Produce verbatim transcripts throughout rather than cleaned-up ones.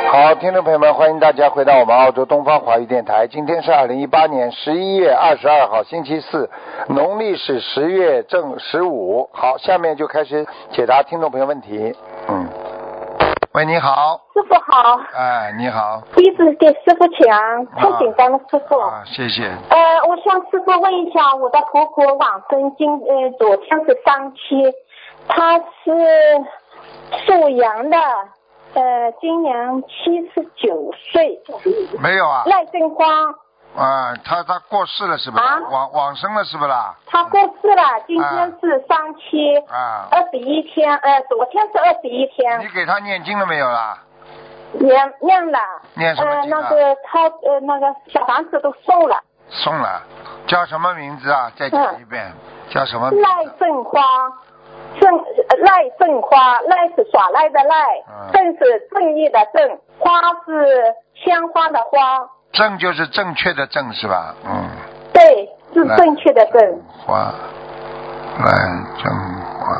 好，听众朋友们，欢迎大家回到我们澳洲东方华语电台。今天是二零一八年十一月二十二号，星期四，农历是十月正十五。好，下面就开始解答听众朋友问题。嗯，喂，你好。 师傅好。 哎，你好。 第一次给师傅请，太紧张了，师傅。 啊，谢谢。 呃，我向师傅问一下，我的婆婆往生今呃昨天是三期，她是属羊的。呃，今年七十九岁。 没有啊。 赖正花。 啊，他他过世了是不是？啊、往往生了是不是啦？ 他过世了，今天是三期。 啊。 二十一天，呃，昨天是二十一天。 你给他念经了没有啦？ 念念了。 念什么经啊？ 呃，那个他呃那个小房子都送了。 送了，叫什么名字啊？再讲一遍，嗯、叫什么名字？ 赖正花。正赖正花，赖是耍赖的赖， 嗯、 正是正义的正，花是鲜花的花。 正就是正确的正是吧？嗯。 对，是正确的正。 花，赖正花，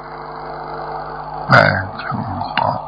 赖正花。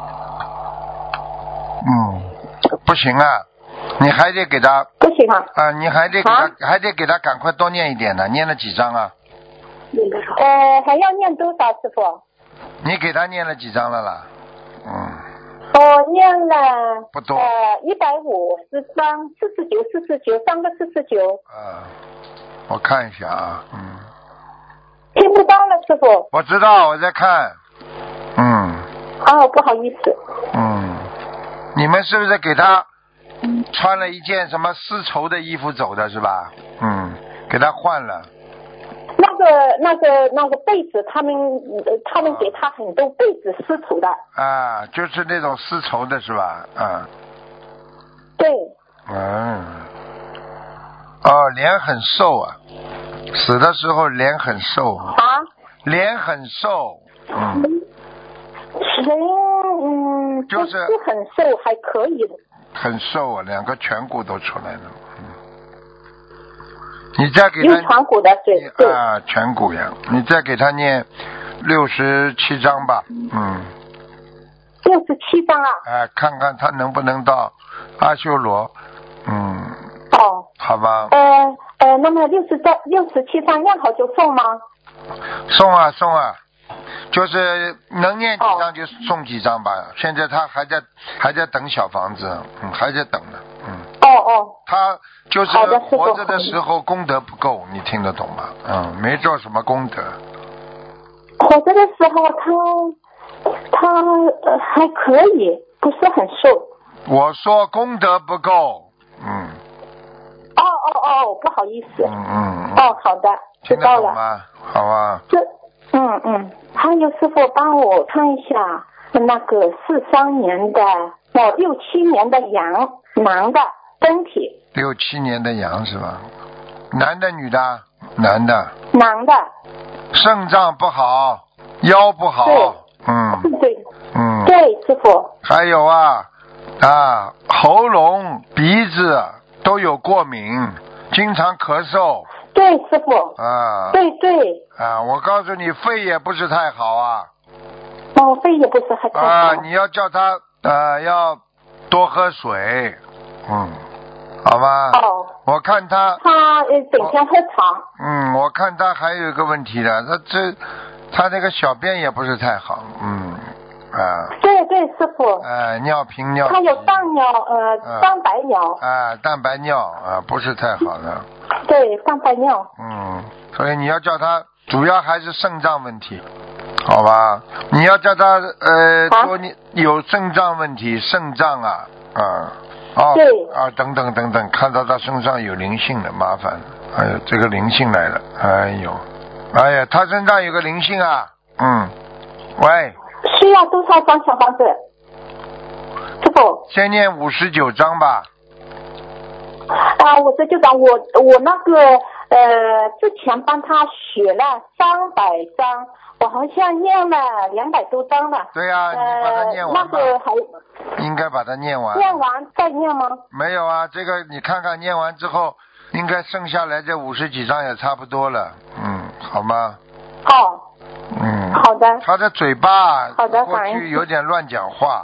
嗯，不行啊，你还得给他。 不行啊。 啊，你还得给他， 啊、 还得给他赶快多念一点呢。念了几章啊？ 呃，还要念多少，师傅？ 你给他念了几章了啦？嗯。 我念了不多。 呃，一百五十章，四十九，四十九，三个四十九。 啊，我看一下啊，嗯。 听不到了，师傅。 我知道，我在看。嗯。 哦，不好意思。 嗯，你们是不是给他穿了一件什么丝绸的衣服走的是吧？嗯，给他换了。 那个、那个、那个被子，他们、呃、他们给他很多被子丝绸的。 啊，就是那种丝绸的是吧？啊。 对。 嗯。哦，脸很瘦啊，死的时候脸很瘦。 啊？ 脸很瘦。嗯。 人嗯， 就是不是很瘦，还可以的。 很瘦啊，两个颧骨都出来了。嗯。你再给他有颧骨的水啊，颧骨呀！你再给他念六十七章吧，嗯。 六十七章啊？ 哎，看看他能不能到阿修罗，嗯。 哦。 好吧。 呃呃，那么六十章、六十七章念好就送吗？ 送啊送啊，就是能念几张就送几张吧。哦、现在他还在还在等小房子，嗯，还在等呢，嗯。 哦哦。 他就是活着的时候功德不够，你听得懂吗？嗯，没做什么功德。 活着的时候他他呃还可以，不是很瘦。我说功德不够，嗯。 哦哦哦，不好意思。 嗯嗯。 哦，好的，知道了。 吗？好啊。 这嗯嗯，还有师傅帮我看一下那个四三年的哦六七年的羊男的身体。 六七年的羊是吧？男的女的？男的。 男的。 肾脏不好，腰不好。 对。 嗯。 对。 嗯。 对，师傅。 还有啊啊，喉咙、鼻子都有过敏，经常咳嗽。 对，师傅。 啊。 对对。 啊，我告诉你，肺也不是太好啊。 哦，肺也不是太好。 啊，你要叫他呃要多喝水，嗯。好吧。 哦。 我看他。 他呃整天喝茶。 嗯，我看他还有一个问题的，他这他那个小便也不是太好，嗯啊。 对对，师傅。 呃，尿频尿。 他有蛋尿呃、嗯、蛋白尿。 啊，蛋白尿啊，不是太好的。 对，蛋白尿。 嗯，所以你要叫他，主要还是肾脏问题，好吧？你要叫他呃多你、啊、有肾脏问题，肾脏啊啊。哦， 对啊，等等等等，看到他身上有灵性的，麻烦，哎呦，这个灵性来了，哎呦，哎呀，他身上有个灵性啊，嗯，喂， 需要多少张小房子？师傅， 先念五十九章吧。 啊，我这就讲我我那个呃，之前帮他许了三百张，我好像念了两百多张了。 对呀、啊，你把它念完吧。 呃、那个还应该把它念完。 念完再念吗？ 没有啊，这个你看看念完之后，应该剩下来这五十几张也差不多了，嗯，好吗？ 哦。 嗯。 好的。 他的嘴巴好的过去有点乱讲话，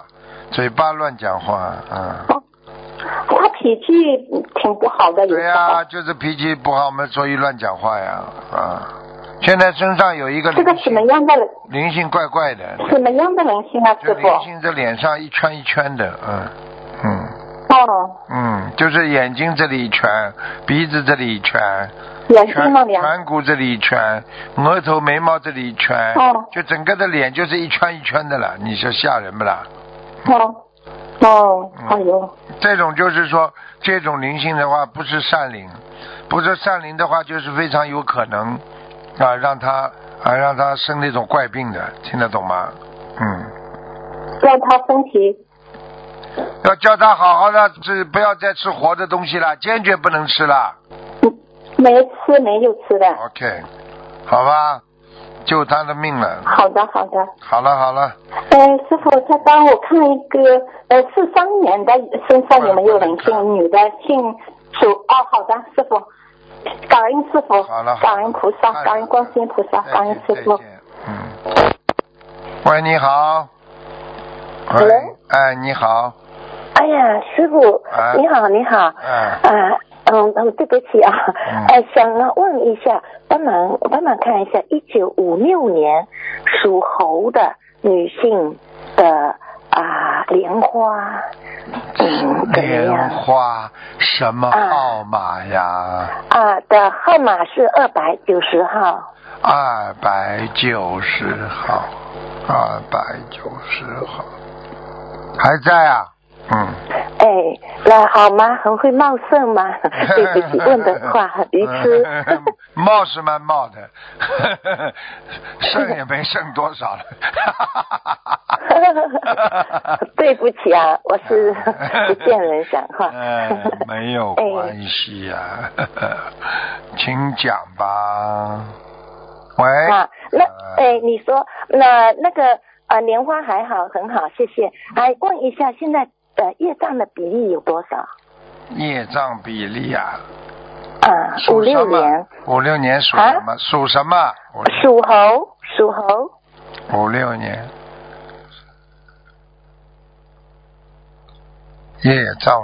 嘴巴乱讲话，嗯。 哦，他脾气挺不好的，有对呀、啊，就是脾气不好嘛，所以乱讲话呀，啊。现在身上有一个灵性， 这个什么样的灵性怪怪的。 什么样的灵性啊，师傅？ 灵性在脸上一圈一圈的，嗯嗯。 哦。 嗯，就是眼睛这里一圈，鼻子这里一圈， 眼睛那里啊。 颧骨这里一圈，额头眉毛这里一圈， 哦。 就整个的脸就是一圈一圈的了，你说吓人不啦？ 哦。哦，哎呦、嗯。 这种就是说，这种灵性的话不是善灵，不是善灵的话，就是非常有可能啊，让他啊让他生那种怪病的，听得懂吗？嗯。 让他身体。 要叫他好好的吃，不要再吃活的东西了，坚决不能吃了。 没吃，没有吃的。 OK， 好吧，救他的命了。 好的，好的。 好了，好了。 呃，师傅，再帮我看一个，呃，四三年的身上有没有灵性？女的，姓属。哦，好的，师傅。感恩师傅。 好了， 感恩菩萨，感恩观世音菩萨，感恩师傅。 嗯。喂，你好。 喂。 哎，你好。 哎呀，师傅， 啊、 你好，你好。 啊。 啊，嗯嗯，对不起啊， 嗯、 呃，想问一下，帮忙帮忙看一下，一九五六年属猴的女性的啊莲花，嗯， 莲花什么号码呀？ 啊，啊的号码是二百九十号。 二百九十号，二百九十号，还在啊？嗯。 哎，那好吗？很会茂盛吗？对不起，问的话很愚痴。 茂是蛮茂的，剩也没剩多少了。 对不起啊，我是不见人讲话。 哎，没有关系呀、啊，请讲吧。喂。 啊，那哎，你说那那个呃莲花还好，很好，谢谢。还问一下，现在呃业障的比例有多少？ 业障比例啊？ 啊，五六年。 五六年属什么？属、啊、什么？ 属猴，属猴。 五六年。业障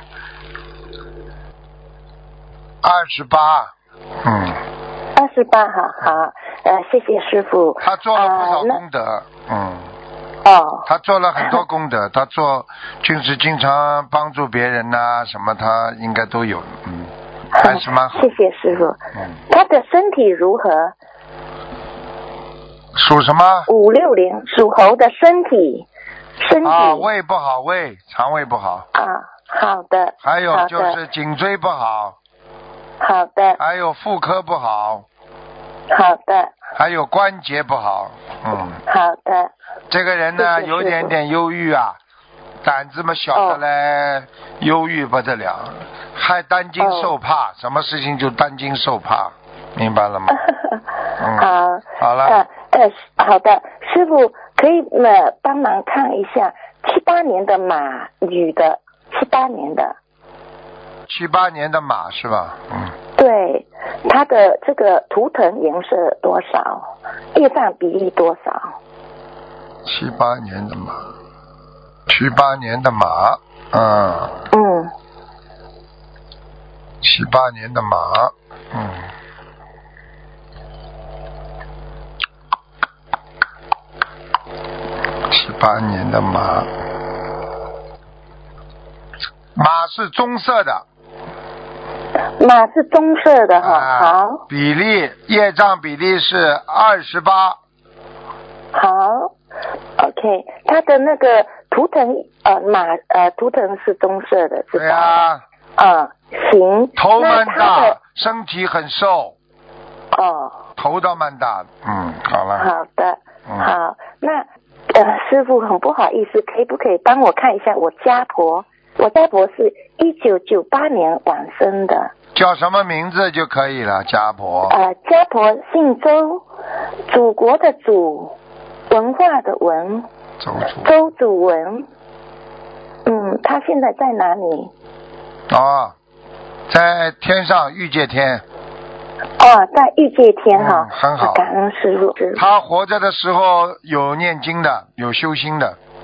二十八，嗯。 二十八，好好，呃，谢谢师傅。 他做了不少功德，呃、嗯。 哦。 他做了很多功德，他做就是经常帮助别人呐、啊，什么他应该都有，嗯，还是蛮好。 谢谢师傅。 嗯。 他的身体如何？ 属什么？ 五六年属猴的身体，身体。 啊，胃不好，胃肠胃不好。 啊，好的。 还有就是颈椎不好。 好的。 还有妇科不好。 好的。 还有关节不好，嗯。 好的。 这个人呢，有点点忧郁啊，胆子嘛小的嘞，忧郁不得了，还担惊受怕，哦、什么事情就担惊受怕，明白了吗？嗯、 好。 好了。 呃呃，好的，师傅可以呃帮忙看一下七八年的马，女的，七八年的。 七八年的马是吧？嗯。 对，它的这个图腾颜色多少？业障比例多少？ 七八年的马，七八年的马，嗯。 嗯。 七八年的马，嗯。七八年的马，马是棕色的。 马是棕色的哈、 啊， 好。 比例业障比例是二十八。 好 ，OK， 它的那个图腾呃马呃图腾是棕色的，知道？ 对啊。 啊、嗯，行。 头蛮大，身体很瘦。 哦。 头倒蛮大，嗯，好了。 好的， 嗯、 好，那呃师傅很不好意思，可以不可以帮我看一下我家婆？我家婆是一九九八年往生的。 叫什么名字就可以了，家婆。 呃，家婆姓周，祖国的祖，文化的文。 周祖。 周祖文。嗯，他现在在哪里？ 哦，在天上欲界天。 哦，在欲界天哈、 嗯，很好。 感恩师傅。 他活着的时候有念经的，有修心的，嗯。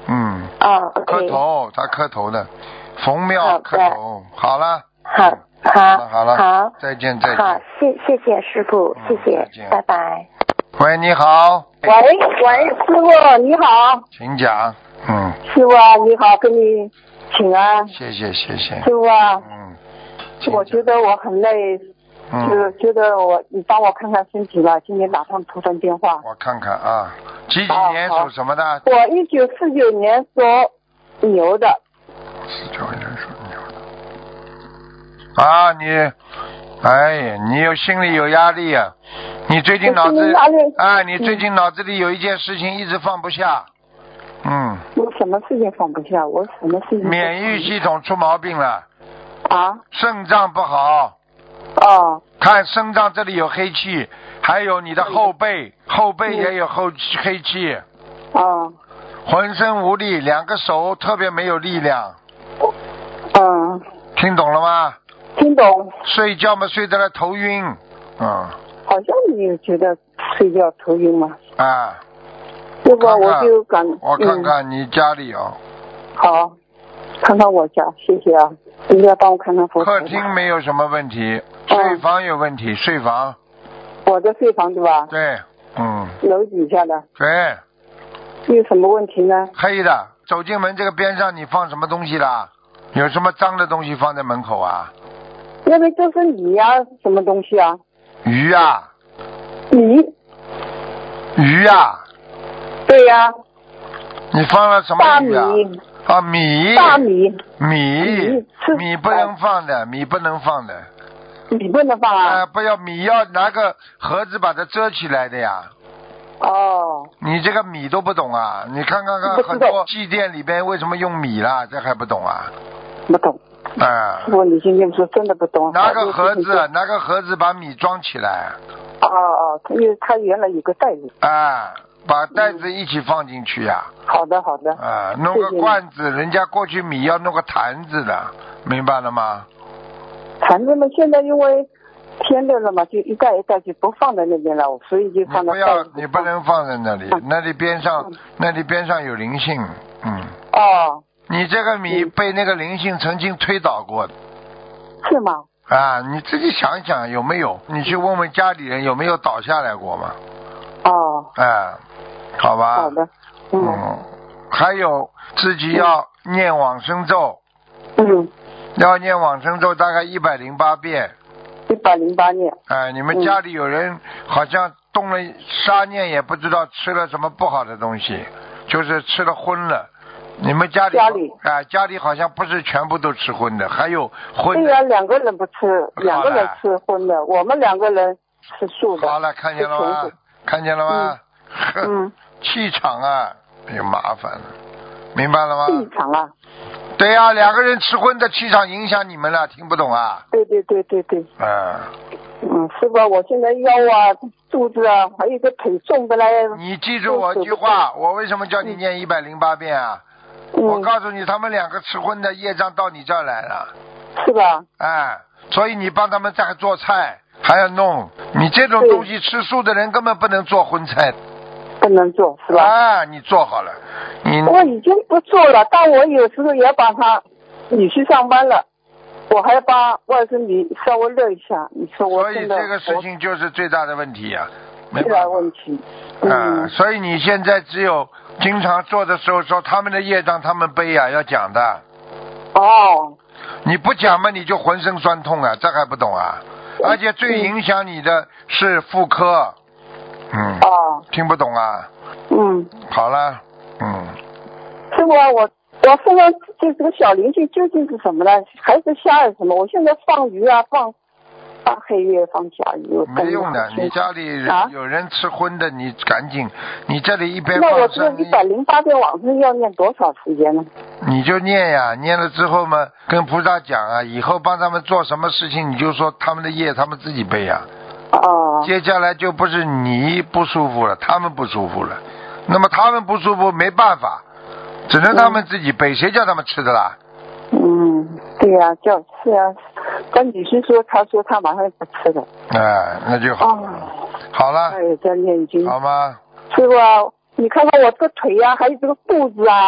哦磕 ，OK， 头，他磕头的，冯庙磕头。好了。 好， 好了好了， 好， 再见再见。 好，谢谢谢师傅，谢谢，拜拜。 喂，你好。 喂喂，师傅你好。 请讲。嗯。 师傅啊，你好，跟你请安。 谢谢谢谢。 师傅啊。 嗯。 我觉得我很累， 嗯、 就觉得我你帮我看看身体吧，今天打上图腾电话。 我看看啊，几几年属什么的？ 啊、我一九四九年属牛的。 四九年属牛的。啊，你，哎呀，你有心里有压力啊！你最近脑子，哎，你最近脑子里有一件事情一直放不下。嗯。 我什么事情放不下？我什么事情？ 免疫系统出毛病了。 啊。 肾脏不好。 哦。 看肾脏这里有黑气，还有你的后背，嗯、后背也有后黑气。 哦。 浑身无力，两个手特别没有力量。 嗯。 听懂了吗？ 听懂。 睡觉嘛，睡得来头晕。嗯。 好像你有觉得睡觉头晕吗？ 啊。 这个我就感。 我看看你家里哦。 嗯、好，看看我家，谢谢啊。你要帮我看看佛台。 客厅没有什么问题，睡房有问题，嗯、睡房。 我的睡房对吧？ 对，嗯。 楼底下的。 对。 有什么问题呢？ 黑的，走进门这个边上，你放什么东西啦？有什么脏的东西放在门口啊？ 那个就是米呀、啊，什么东西啊？ 鱼啊。 米。 鱼啊。 对呀、啊。 你放了什么鱼啊？ 大米。 啊，米。 大米。 米。米不能放的，米不能放的。 米不能放啊？ 呃，不要米，要拿个盒子把它遮起来的呀。 哦。 你这个米都不懂啊？你看看看，很多祭奠里边为什么用米啦？这还不懂啊？ 不懂。 啊。 我你今天说真的不懂。 拿个盒子，拿个盒子把米装起来。 哦哦，因为它原来有个袋子。 啊，把袋子一起放进去呀、 啊。好的好的。 啊，弄个罐子，人家过去米要弄个坛子的，明白了吗？ 坛子嘛，现在因为天热了嘛，就一袋一袋就不放在那边了，所以就放在。 你不要，你不能放在那里，嗯、那里边上，嗯、那里边上有灵性，嗯。 哦。 你这个米被那个灵性曾经推倒过的。 是吗？ 啊，你自己想想有没有？你去问问家里人有没有倒下来过嘛？ 哦。 哎，好吧。 好的。嗯。 嗯，还有自己要念往生咒。 嗯。 要念往生咒大概一百零八遍。 一百零八念。 哎，你们家里有人好像动了杀念，也不知道吃了什么不好的东西，就是吃了荤了。你们家里家里啊、呃，家里好像不是全部都吃荤的，还有荤的。 对呀，两个人不吃，两个人吃荤的，我们两个人吃素的。 好了，看见了吗？看见了吗？ 嗯。嗯气场啊，有麻烦了，明白了吗？ 气场啊。 对呀、啊，两个人吃荤的气场影响你们了，听不懂啊？ 对对对对对。 嗯。 嗯，是吧？我现在腰啊、肚子啊，还有一个腿重的来。 你记住我一句话，我为什么叫你念一百零八遍啊？ 嗯、 我告诉你，他们两个吃荤的业障到你这儿来了。 是吧？ 哎，所以你帮他们再做菜，还要弄。你这种东西吃素的人根本不能做荤菜。 不能做是吧？ 啊，你做好了。你我已经不做了，但我有时候也要帮他女婿上班了，我还要帮外甥女稍微热一下。你说我所以这个事情就是最大的问题呀、啊，没最大的问题。嗯、 啊，所以你现在只有经常做的时候说他们的业障他们背呀、啊，要讲的。 哦。 你不讲嘛，你就浑身酸痛啊，这还不懂啊？而且最影响你的是妇科。嗯。 哦。 听不懂啊？ 嗯。 好了，嗯。 师傅，我我身上就这个小灵性究竟是什么呢？还是虾还是什么？我现在放鱼啊，放放黑月，放甲鱼。 没用的，你家里人、啊、有人吃荤的，你赶紧，你这里一边放生。那我这一百零八遍往生要念多少时间呢？ 你就念呀，念了之后嘛，跟菩萨讲啊，以后帮他们做什么事情，你就说他们的业他们自己背呀。 哦。 接下来就不是你不舒服了，他们不舒服了，那么他们不舒服没办法，只能他们自己背，嗯、谁叫他们吃的啦？ 嗯，对呀、啊，叫是啊。跟女婿说，他说他马上不吃了。 哎，那就好。哦、好了。 他也在念经。 好吗？ 师傅啊，你看看我这个腿呀、啊，还有这个肚子啊，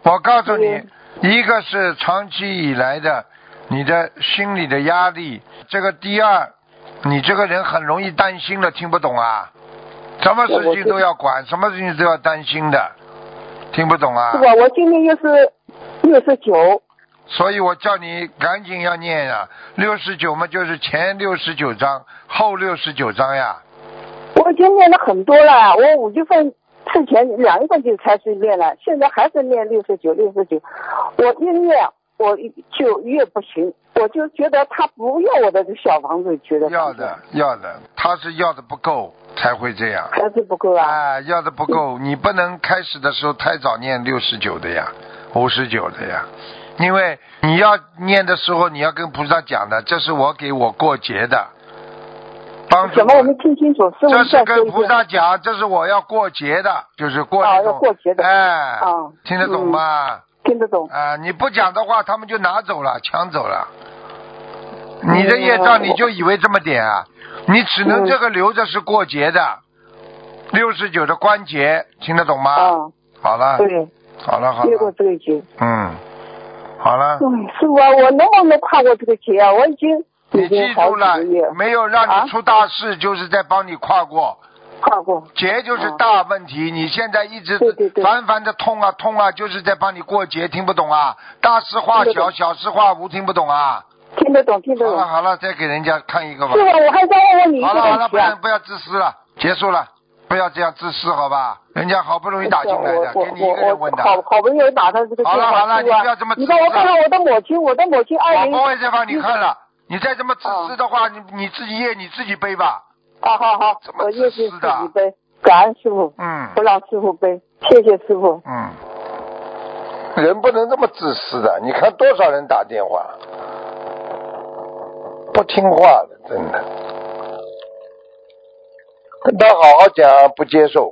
我告诉你，一个是长期以来的你的心理的压力，这个第二，你这个人很容易担心了，听不懂啊？什么事情都要管，什么事情都要担心的，听不懂啊？ 是吧？我今年又是六十九。 所以我叫你赶紧要念啊，六十九嘛就是前六十九章，后六十九章呀。 我已经念了很多了，我五月份之前两月份就开始念了，现在还是念六十九六十九。我一念我就越不行，我就觉得他不要我的这小房子，觉得要的要的，他是要的不够才会这样， 还是不够啊？ 啊，要的不够，你不能开始的时候太早念六十九的呀，五十九的呀。因为你要念的时候，你要跟菩萨讲的，这是我给我过节的，帮助我。 什么？我没听清楚。 这是跟菩萨讲，这是我要过节的，就是过那种。 啊，要过节的。 哎， 啊， 听得懂吗？ 嗯、听得懂。 啊，你不讲的话，他们就拿走了，抢走了。你的业障，你就以为这么点啊？你只能这个留着是过节的，六十九的关节，听得懂吗？ 啊， 好了。 对。 好了好了， 越过这个节。 嗯，好了。 对，师傅啊，我能不能跨过这个节啊？我已经你记住了，没有让你出大事，啊、就是在帮你跨过。 跨过。 节就是大问题，啊、你现在一直烦烦的痛啊痛啊，就是在帮你过节，听不懂啊？大事化小，小事化无，听不懂啊？ 听得懂，听得懂。 好了好了，再给人家看一个吧。 是吧？我还想问问你一个问题、啊。 好了好了，不要不要自私了，结束了。不要这样自私，好吧？人家好不容易打进来的，给你一个人问的。 好好不容易打上这个电话。 好了好了，你不要这么自私。 你帮我看看我的母亲，我的母亲二零。 我不会再帮你看了，你再这么自私的话，你你自己业你自己背吧。 好好好， 这么自私的。 我业自己背，感恩师傅。 嗯。 不让师傅背，谢谢师傅。 嗯。人不能这么自私的，你看多少人打电话，不听话的，真的。跟他好好讲，不接受。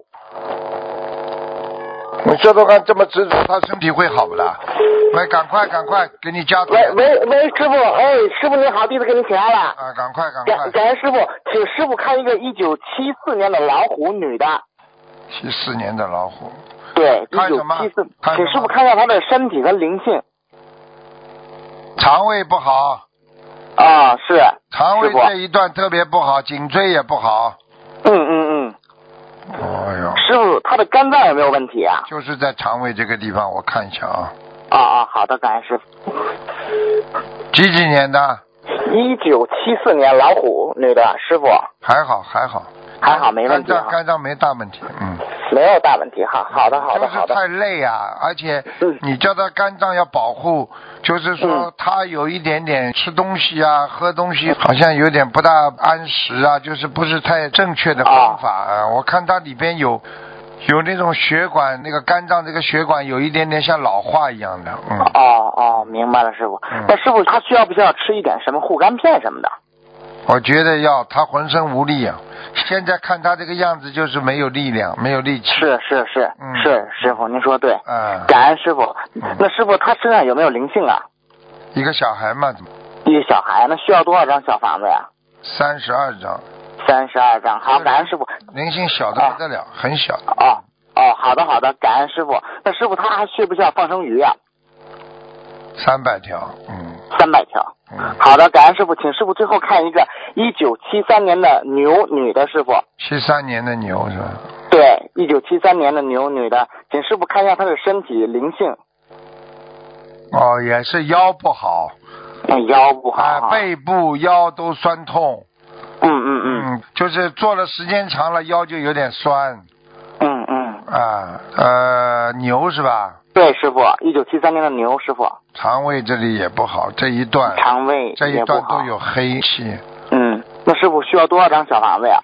你说说看，这么执着，他身体会好不啦？喂，赶快赶快，给你加。 喂喂喂，师傅，哎，师傅你好，弟子给你请安了。 啊，赶快赶快。 感感恩师傅，请师傅看一个一九七四年的老虎女的。 七四年的老虎。 对，一九七四，请师傅看一下她的身体和灵性。 肠胃不好。 啊，是。 肠胃这一段特别不好，颈椎也不好。 嗯嗯嗯。 哎呦。 师傅，他的肝脏有没有问题啊？ 就是在肠胃这个地方，我看一下啊。 啊啊，好的，感恩师傅。 几几年的？ 一九七四年老虎女的，师傅。 还好还好。 还好没问题。 肝脏肝脏没大问题，嗯。 没有大问题哈，好的好的好的。 就是太累啊，而且你叫他肝脏要保护，就是说他有一点点吃东西啊、喝东西好像有点不大按时啊，就是不是太正确的方法啊。我看他里边有有那种血管，那个肝脏这个血管有一点点像老化一样的，嗯。 哦哦，明白了，师傅。那师傅他需要不需要吃一点什么护肝片什么的？ 我觉得要，他浑身无力啊。现在看他这个样子，就是没有力量，没有力气。 是是是，嗯、是师傅，您说对。 嗯。 感恩师傅。嗯、那师傅他身上有没有灵性啊？ 一个小孩嘛。 一个小孩，那需要多少张小房子呀？ 三十二张。 三十二张，好，感恩师傅。 灵性小的不得了，啊、很小。 哦哦，好的好的，感恩师傅。那师傅他还需不需要放生鱼啊？ 三百条，嗯。 三百条。 嗯。 好的，感恩师傅，请师傅最后看一个一九七三年的牛女的师傅。 七三年的牛是吧？ 对，一九七三年的牛女的，请师傅看一下她的身体灵性。 哦，也是腰不好。 嗯，腰不好。 啊，背部腰都酸痛。 嗯嗯嗯。 嗯，就是坐了时间长了，腰就有点酸。 嗯嗯。 啊，呃，牛是吧？ 对，师傅，一九七三年的牛师傅。 肠胃这里也不好，这一段。 肠胃这一段都有黑气。 嗯，那师傅需要多少张小房子呀？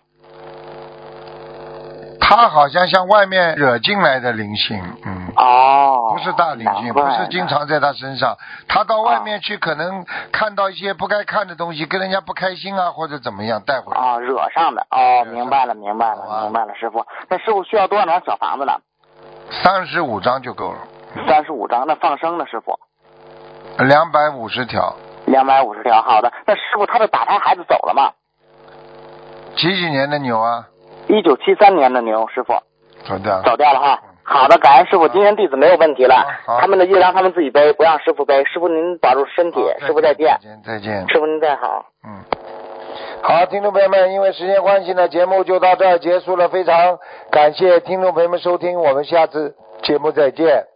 他好像像外面惹进来的灵性，嗯。 哦。 不是大灵性，不是经常在他身上。他到外面去，可能看到一些不该看的东西，跟人家不开心啊，或者怎么样带回来。 哦，惹上的。哦，明白了，明白了，明白了，师傅。那师傅需要多少张小房子呢？ 三十五张就够了。 三十五张，那放生呢，师傅？ 两百五十条。 两百五十条，好的。那师傅他的打胎孩子走了吗？ 几几年的牛啊？ 一九七三年的牛，师傅。 走掉了。 走掉了哈。 好的，感恩师傅，今天弟子没有问题了。 好， 他们的业障他们自己背，不让师傅背。师傅您保重身体，师傅再见。 再见，再见。 师傅您再好。 嗯。好，听众朋友们，因为时间关系呢，节目就到这儿结束了。非常感谢听众朋友们收听，我们下次节目再见。